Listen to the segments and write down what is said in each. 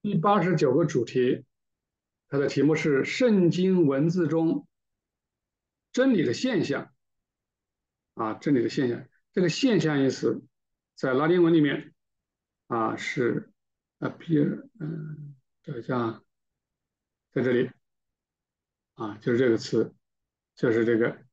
第89个主题，它的题目是圣经文字中真理的现象真理的现象。这个现象意思在拉丁文里面是appear，这个叫在这里就是这个词，就是这个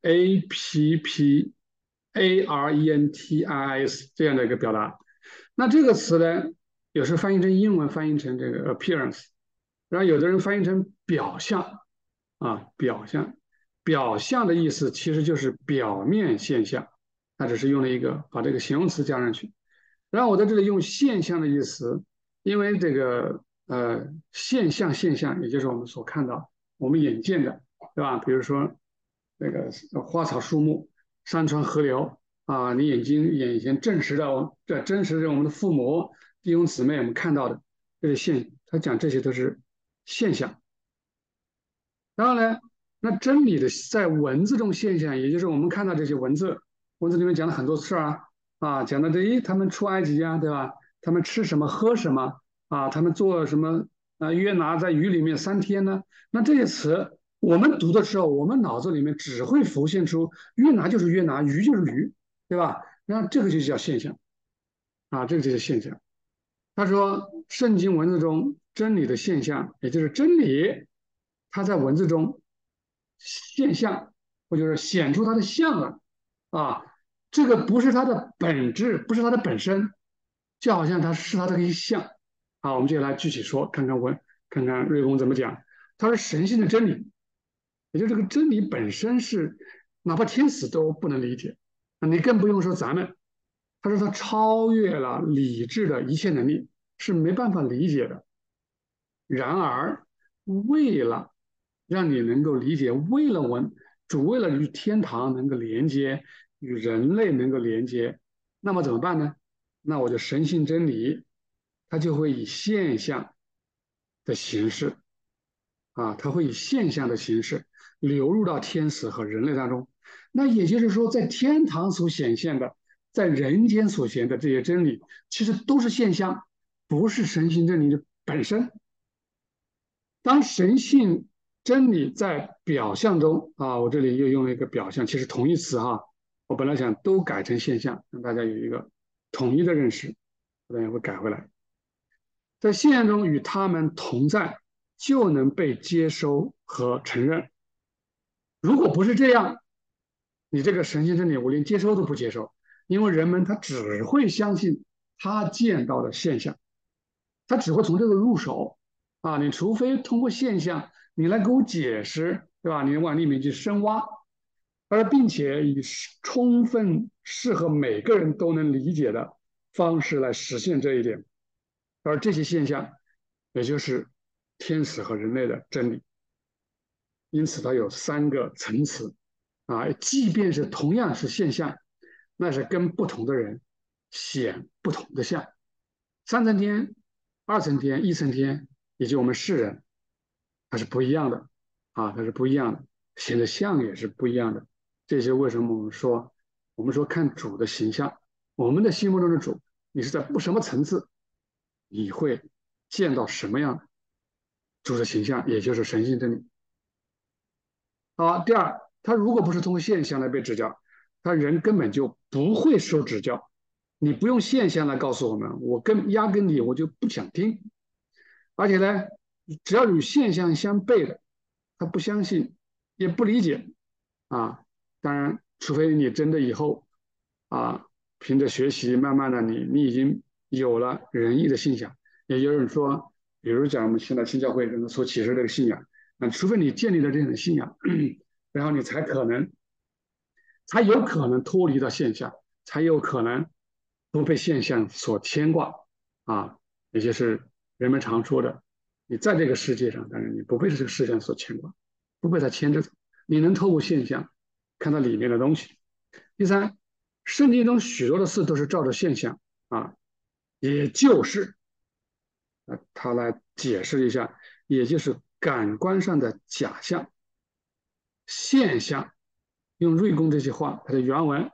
appearance 这样的一个表达。那这个词呢，有时候翻译成英文翻译成这个 appearance，然后有的人翻译成表象表象。表象的意思其实就是表面现象，它只是用了一个把这个形容词加上去。然后我在这里用现象的意思，因为这个现象，也就是我们所看到、我们眼见的，对吧？比如说那个花草树木、山川河流你眼前证实的，这真实的我们的父母、弟兄姊妹我们看到的这些他讲这些都是现象。然后呢，那真理的在文字中现象，也就是我们看到这些文字，文字里面讲了很多事讲到他们出埃及对吧？他们吃什么喝什么他们做什么约拿在鱼里面3天呢？那这些词我们读的时候，我们脑子里面只会浮现出约拿就是约拿，鱼就是鱼，对吧？那这个就叫现象这个就是现象。他说，圣经文字中真理的现象，也就是真理，它在文字中现象，或者是显出它的像啊，这个不是它的本质，不是它的本身，就好像它是它的一项我们就来具体说，看看瑞公怎么讲。他说，神性的真理，也就这个真理本身是，哪怕天使都不能理解，你更不用说咱们。他说，他超越了理智的一切能力，是没办法理解的。然而，为了让你能够理解，为了与天堂能够连接，与人类能够连接，那么怎么办呢？那我就深信真理，它就会以现象的形式它会以现象的形式流入到天使和人类当中。那也就是说，在天堂所显现的，在人间所显的这些真理，其实都是现象，不是神性真理的本身。当神性真理在表象中我这里又用了一个表象，其实同义词我本来想都改成现象，让大家有一个统一的认识，我等下会改回来。在现象中与他们同在，就能被接收和承认。如果不是这样，你这个神性真理我连接收都不接受，因为人们他只会相信他见到的现象，他只会从这个入手你除非通过现象你来给我解释，对吧？你往里面去深挖，并且以充分适合每个人都能理解的方式来实现这一点。而这些现象，也就是天使和人类的真理，因此它有3个层次即便是同样是现象，那是跟不同的人显不同的相。3层天、2层天、1层天，以及我们世人，它是不一样的它是不一样的，显的相也是不一样的。这些为什么我们说看主的形象，我们的心目中的主，你是在什么层次，你会见到什么样的主的形象，也就是神性真理。好，第二，他如果不是通过现象来被指教，他人根本就不会受指教。你不用现象来告诉我们，压根我就不想听。而且呢，只要与现象相悖的，他不相信，也不理解当然，除非你真的以后啊，凭着学习，慢慢的你已经有了仁义的信仰，也就是说，比如讲我们现在新教会人所启示这个信仰，那除非你建立了这种信仰，然后你才有可能脱离到现象，才有可能不被现象所牵挂啊，也就是人们常说的，你在这个世界上，但是你不被这个世界所牵挂，不被它牵着走，你能透过现象看到里面的东西。第三，圣经中许多的事都是照着现象也就是他来解释一下，也就是感官上的假象现象。用瑞公这句话，它的原文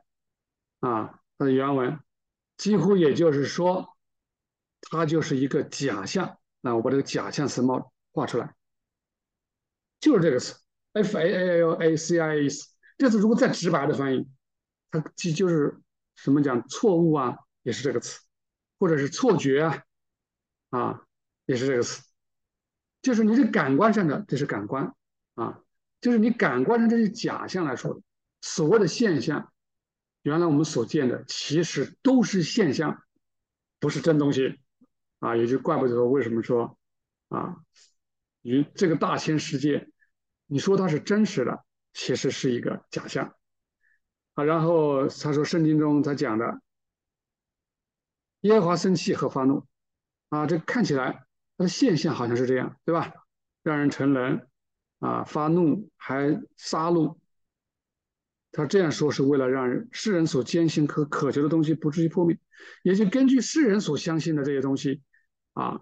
它的原文几乎也就是说，它就是一个假象那我把这个假象词冒画出来，就是这个词 failACIS。这次如果再直白的翻译，它就是什么讲错误啊，也是这个词，或者是错觉啊，也是这个词。就是你的感官上的，这是感官啊，就是你感官上这些假象来说的，所谓的现象，原来我们所见的其实都是现象，不是真东西啊，也就怪不得为什么说啊，这个大千世界，你说它是真实的，其实是一个假象啊。然后他说圣经中他讲的耶和华生气和发怒啊，这看起来它的现象好像是这样，对吧？让人成人啊，发怒还杀戮。他这样说是为了让世人所坚信和渴求的东西不至于破灭，也就根据世人所相信的这些东西啊，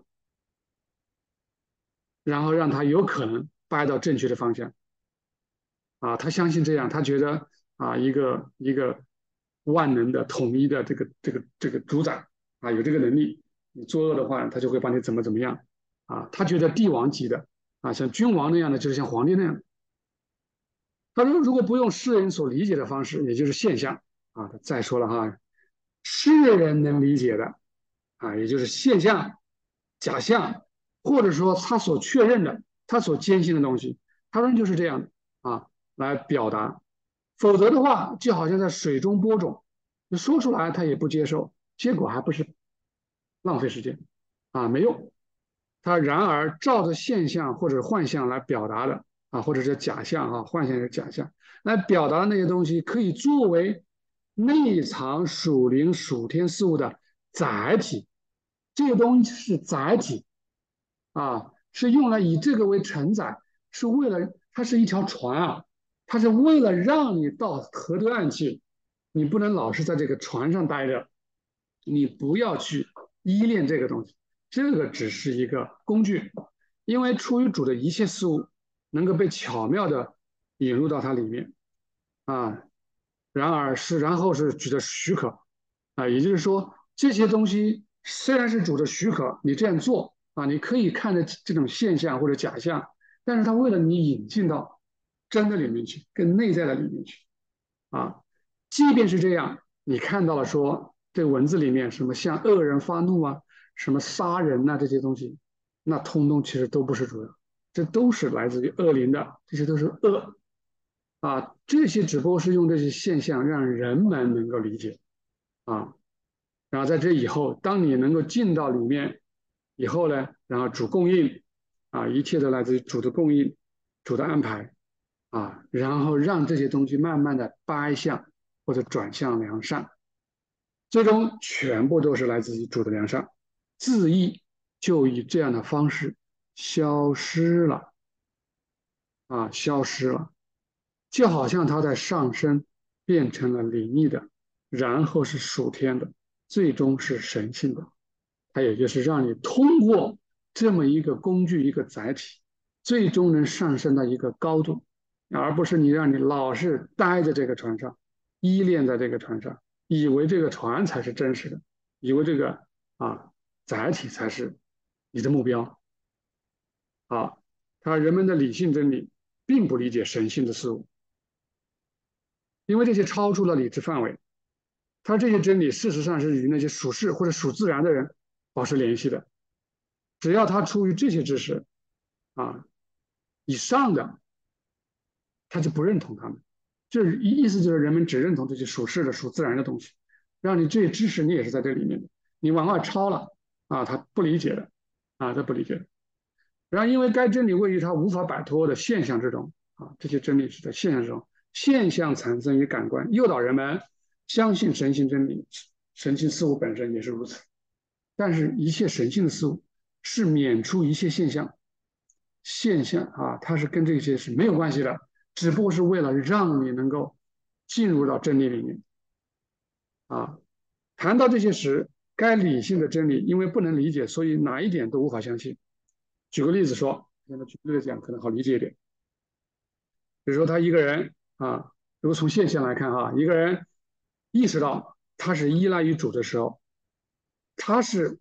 然后让他有可能掰到正确的方向啊。他相信这样，他觉得啊，一个万能的统一的这个主宰啊，有这个能力，你作恶的话，他就会把你怎么样啊。他觉得帝王级的啊，像君王那样的，就是像皇帝那样的。他说，如果不用世人所理解的方式，也就是现象啊，他再说了哈，世人能理解的啊，也就是现象、假象，或者说他所确认的、他所坚信的东西，他说就是这样啊来表达，否则的话，就好像在水中播种，你说出来他也不接受，结果还不是浪费时间啊，没用。他然而照着现象或者幻象来表达的啊，或者是假象啊，幻象是假象来表达的那些东西，可以作为内藏属灵属天事物的载体。这个东西是载体啊，是用来以这个为承载，是为了它是一条船啊，它是为了让你到河对岸去，你不能老是在这个船上待着，你不要去依恋这个东西，这个只是一个工具，因为出于主的一切事物能够被巧妙的引入到它里面啊，然后是举的许可啊，也就是说这些东西虽然是主的许可，你这样做啊，你可以看着这种现象或者假象，但是它为了你引进到真的里面去，更内在的里面去啊。即便是这样，你看到了说这文字里面什么向恶人发怒啊，什么杀人呐、这些东西，那通通其实都不是主要，这都是来自于恶灵的，这些都是恶啊。这些只不过是用这些现象让人们能够理解啊。然后在这以后，当你能够进到里面以后呢，然后主供应啊，一切都来自于主的供应、主的安排啊，然后让这些东西慢慢的掰向或者转向良善，最终全部都是来自于主的良善，自义就以这样的方式消失了啊，消失了，就好像它在上升变成了灵异的，然后是属天的，最终是神性的。它也就是让你通过这么一个工具、一个载体，最终能上升到一个高度，而不是让你老是待在这个船上，依恋在这个船上，以为这个船才是真实的，以为这个啊载体才是你的目标。啊，人们的理性真理并不理解神性的事物，因为这些超出了理智范围。这些真理事实上是与那些属世或者属自然的人保持联系的。只要他出于这些知识啊以上的，他就不认同他们。就是意思就是人们只认同这些属世的、属自然的东西，让你这些知识你也是在这里面的，你往外超了啊，他不理解的啊，他不理解的。然后因为该真理位于他无法摆脱的现象之中啊，这些真理是在现象之中，现象产生于感官，诱导人们相信神性真理，神性事物本身也是如此。但是，一切神性的事物是免除一切现象啊，它是跟这些是没有关系的，只不过是为了让你能够进入到真理里面啊。谈到这些时，该理性的真理，因为不能理解，所以哪一点都无法相信。举个例子说，现在举个例子讲可能好理解一点。比如说，他一个人啊，如果从现象来看哈，一个人意识到他是依赖于主的时候，他是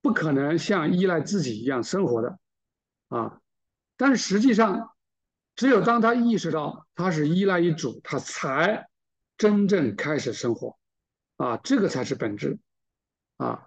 不可能像依赖自己一样生活的啊。但是实际上，只有当他意识到他是依赖于主，他才真正开始生活啊，这个才是本质啊。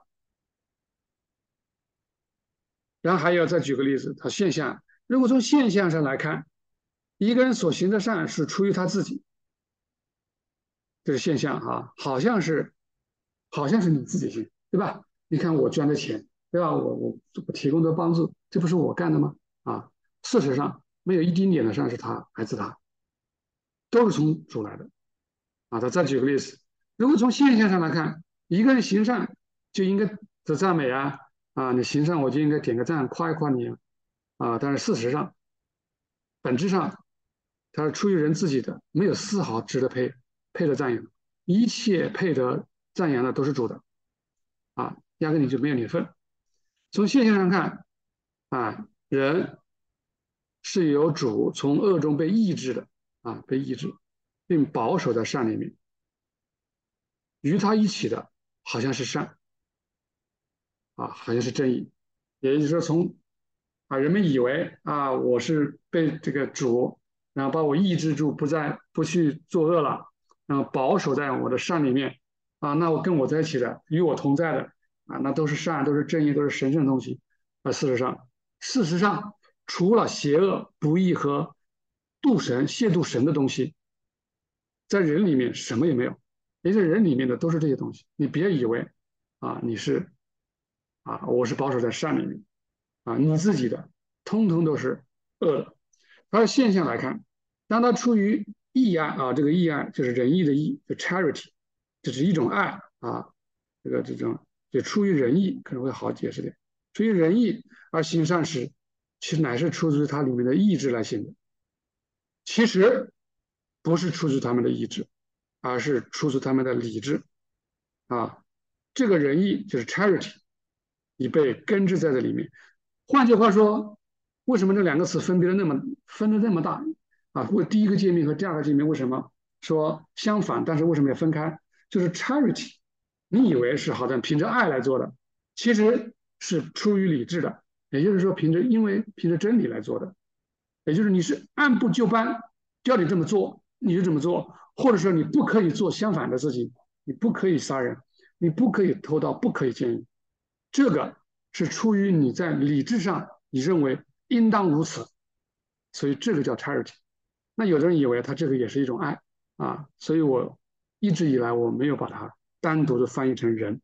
然后还要再举个例子，他现象，如果从现象上来看，一个人所行的善是出于他自己，这是现象啊，好像是你自己行，对吧？你看我捐的钱，对吧？我提供的帮助，这不是我干的吗？啊，事实上没有一丁点的善是他来自他，都是从主来的啊。再举个例子，如果从现象上来看，一个人行善就应该得赞美啊，你行善我就应该点个赞，夸一夸你啊。但是事实上，本质上他是出于人自己的，没有丝毫值得配得赞扬，一切配得赞扬的都是主的啊，压根你就没有你份。从现象上看啊，人是由主从恶中被抑制的啊，被抑制，并保守在善里面，与他一起的好像是善啊，好像是正义。也就是说，人们以为我是被这个主，然后把我抑制住，不去作恶了，然后保守在我的善里面那我跟我在一起的，与我同在的那都是善，都是正义，都是神圣的东西。事实上，除了邪恶、不义和亵渎神的东西，在人里面什么也没有。也就是人里面的都是这些东西。你别以为你是我是保守在善里面你自己的通通都是恶的。而现象来看，当他出于义爱这个义爱就是仁义的义，就 charity，这是一种爱这种就出于仁义可能会好解释点。出于仁义而行善时，其实乃是出自他里面的意志来行的。其实不是出自他们的意志，而是出自他们的理智啊。这个仁义就是 charity，已被根植在这里面。换句话说，为什么这两个词分的那么大为第一个界面和第二个界面为什么说相反，但是为什么要分开？就是 charity，你以为是好像凭着爱来做的，其实是出于理智的，也就是说因为凭着真理来做的。也就是你是按部就班，叫你这么做，你就这么做，或者说你不可以做相反的事情，你不可以杀人，你不可以偷盗，不可以奸淫，这个是出于你在理智上你认为应当如此，所以这个叫 charity。那有的人以为他这个也是一种爱所以我一直以来我没有把它单独的翻译成人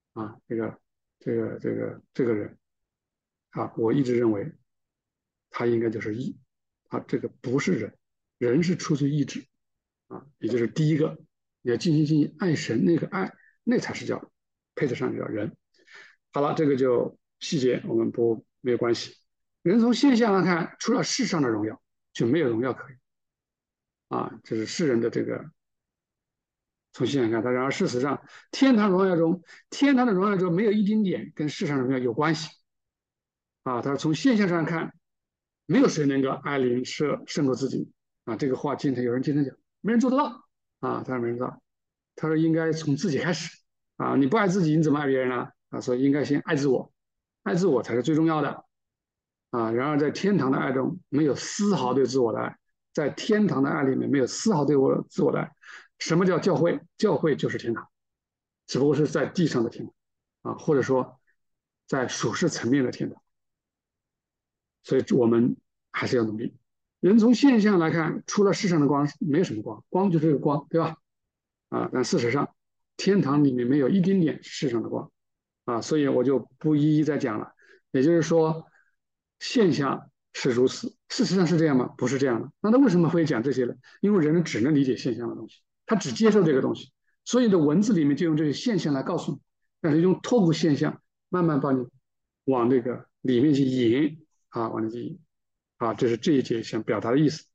这个人我一直认为他应该就是义这个不是人，人是出自意志也就是第一个你要尽心尽意爱神那个爱，那才是叫配得上叫人。好了，这个就细节我们没有关系。人从现象来看，除了世上的荣耀，就没有荣耀可言这是世人的这个从现象看。然而事实上，天堂的荣耀中没有一丁点跟世上的荣耀有关系他说从现象上看，没有谁能够爱邻舍胜过自己这个话有人经常讲，没人做得到他说没人做到。他说应该从自己开始你不爱自己，你怎么爱别人所以应该先爱自我，爱自我才是最重要的然而在天堂的爱中没有丝毫对自我的爱，在天堂的爱里面没有丝毫对自我的爱。什么叫教会？教会就是天堂，只不过是在地上的天堂或者说在属世层面的天堂。所以我们还是要努力。人从现象来看，除了世上的光，没有什么光，光就是这个光，对吧？但事实上，天堂里面没有一丁点世上的光所以我就不一一再讲了。也就是说，现象是如此，事实上是这样吗？不是这样的。那他为什么会讲这些呢？因为人只能理解现象的东西，他只接受这个东西，所以的文字里面就用这些现象来告诉你，但是用透过现象慢慢把你往这个里面去引往里去引这是这一节想表达的意思。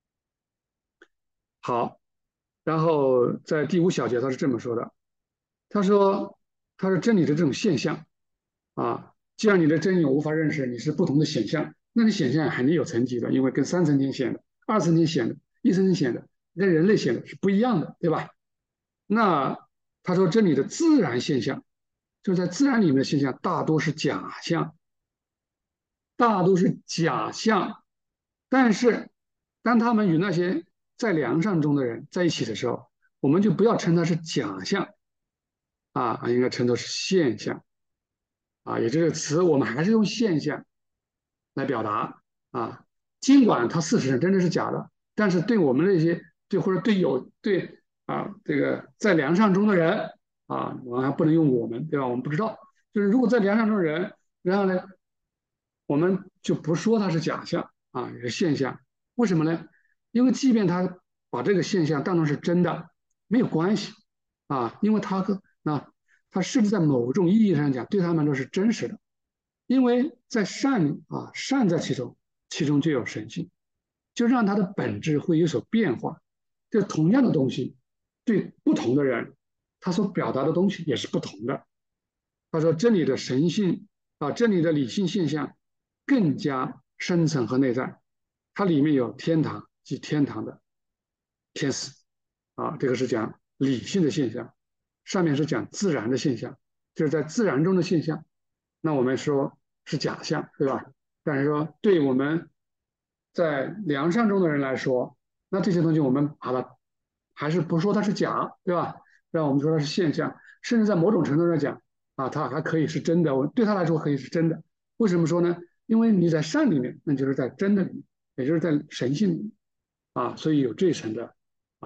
好，然后在第五小节他是这么说的，他说真理的这种现象既然你的真理我无法认识，你是不同的显象，那你显象肯定有层级的，因为跟三层天显的、二层天显的、一层天显的跟人类显的是不一样的，对吧？那他说真理的自然现象就是在自然里面的现象大多是假象，大多是假象。但是，当他们与那些在良善中的人在一起的时候，我们就不要称它是假象应该称作是现象也就是词，我们还是用现象来表达啊。尽管它事实上真的是假的，但是对我们那些或者对这个在良善中的人我们还不能用我们，对吧？我们不知道，就是如果在良善中的人，然后呢，我们就不说它是假象也是现象。为什么呢？因为即便他把这个现象当成是真的，没有关系因为它甚至在某种意义上讲，对他们来说是真实的。因为在善在其中，其中就有神性，就让它的本质会有所变化。就同样的东西，对不同的人，他所表达的东西也是不同的。他说，真理的神性真理的理性现象更加深层和内在，它里面有天堂及天堂的天使这个是讲理性的现象，上面是讲自然的现象，就是在自然中的现象。那我们说是假象，对吧？但是说对我们在良善中的人来说，那这些东西我们把它还是不说它是假，对吧？让我们说它是现象，甚至在某种程度上讲它还可以是真的。我对他来说可以是真的。为什么说呢？因为你在善里面，那就是在真的里面，也就是在神性里面所以有这一层的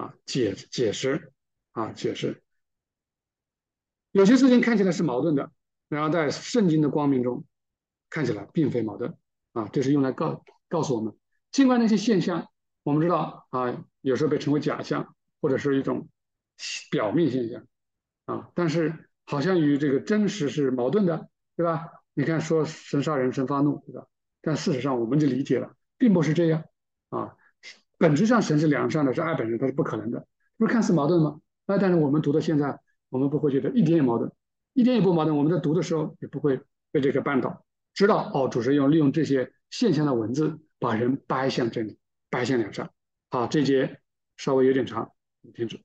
解释。有些事情看起来是矛盾的，然后在圣经的光明中看起来并非矛盾这是用来告诉我们，尽管那些现象我们知道有时候被称为假象，或者是一种表面现象但是好像与这个真实是矛盾的，对吧？你看说神杀人，神发怒，对吧？但事实上我们就理解了，并不是这样啊。本质上神是良善的，是爱本身，它是不可能的，不是看似矛盾吗？但是我们读到现在，我们不会觉得一点也矛盾，一点也不矛盾。我们在读的时候也不会被这个绊倒，知道主持人利用这些现象的文字把人掰向真理，掰向良善。好，这节稍微有点长，停止。